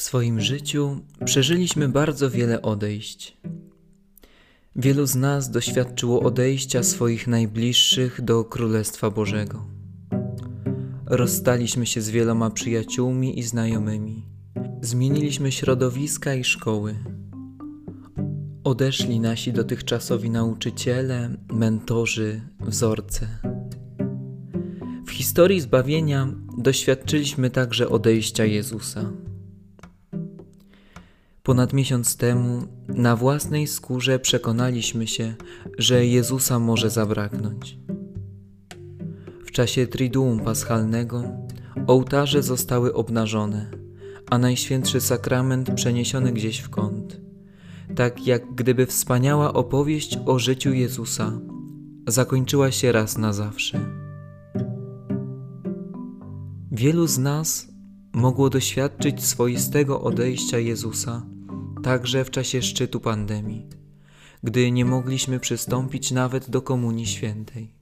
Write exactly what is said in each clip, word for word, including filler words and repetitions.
W swoim życiu przeżyliśmy bardzo wiele odejść. Wielu z nas doświadczyło odejścia swoich najbliższych do Królestwa Bożego. Rozstaliśmy się z wieloma przyjaciółmi i znajomymi. Zmieniliśmy środowiska i szkoły. Odeszli nasi dotychczasowi nauczyciele, mentorzy, wzorce. W historii zbawienia doświadczyliśmy także odejścia Jezusa. Ponad miesiąc temu na własnej skórze przekonaliśmy się, że Jezusa może zabraknąć. W czasie Triduum Paschalnego ołtarze zostały obnażone, a Najświętszy Sakrament przeniesiony gdzieś w kąt, tak jak gdyby wspaniała opowieść o życiu Jezusa zakończyła się raz na zawsze. Wielu z nas mogło doświadczyć swoistego odejścia Jezusa także w czasie szczytu pandemii, gdy nie mogliśmy przystąpić nawet do Komunii Świętej.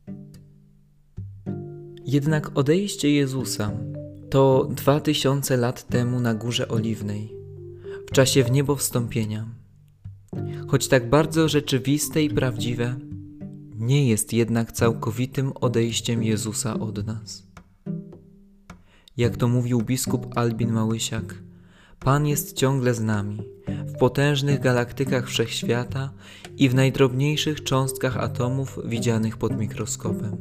Jednak odejście Jezusa to dwa tysiące lat temu na Górze Oliwnej, w czasie wniebowstąpienia. Choć tak bardzo rzeczywiste i prawdziwe, nie jest jednak całkowitym odejściem Jezusa od nas. Jak to mówił biskup Albin Małysiak, Pan jest ciągle z nami, w potężnych galaktykach wszechświata i w najdrobniejszych cząstkach atomów widzianych pod mikroskopem.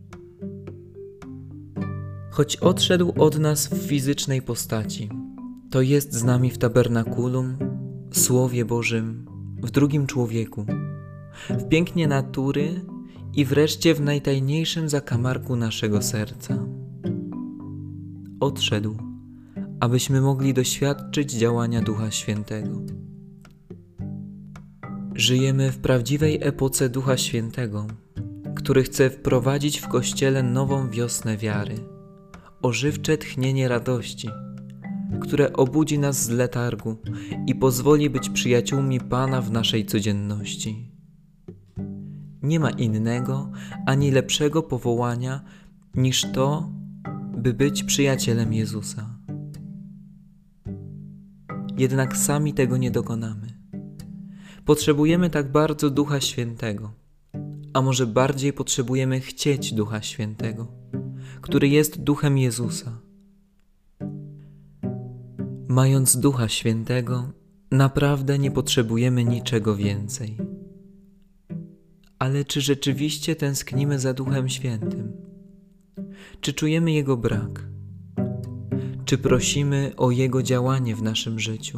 Choć odszedł od nas w fizycznej postaci, to jest z nami w tabernakulum, Słowie Bożym, w drugim człowieku, w pięknie natury i wreszcie w najtajniejszym zakamarku naszego serca. Odszedł, abyśmy mogli doświadczyć działania Ducha Świętego. Żyjemy w prawdziwej epoce Ducha Świętego, który chce wprowadzić w Kościele nową wiosnę wiary, ożywcze tchnienie radości, które obudzi nas z letargu i pozwoli być przyjaciółmi Pana w naszej codzienności. Nie ma innego ani lepszego powołania niż to, by być przyjacielem Jezusa. Jednak sami tego nie dokonamy. Potrzebujemy tak bardzo Ducha Świętego, a może bardziej potrzebujemy chcieć Ducha Świętego, który jest Duchem Jezusa. Mając Ducha Świętego, naprawdę nie potrzebujemy niczego więcej. Ale czy rzeczywiście tęsknimy za Duchem Świętym? Czy czujemy Jego brak? Czy prosimy o Jego działanie w naszym życiu?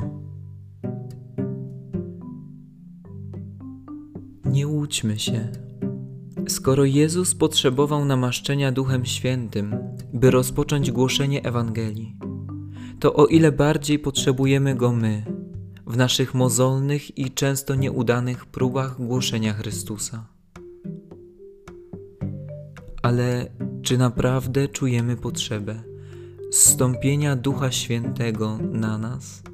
Nie łudźmy się. Skoro Jezus potrzebował namaszczenia Duchem Świętym, by rozpocząć głoszenie Ewangelii, to o ile bardziej potrzebujemy Go my, w naszych mozolnych i często nieudanych próbach głoszenia Chrystusa. Ale czy naprawdę czujemy potrzebę zstąpienia Ducha Świętego na nas?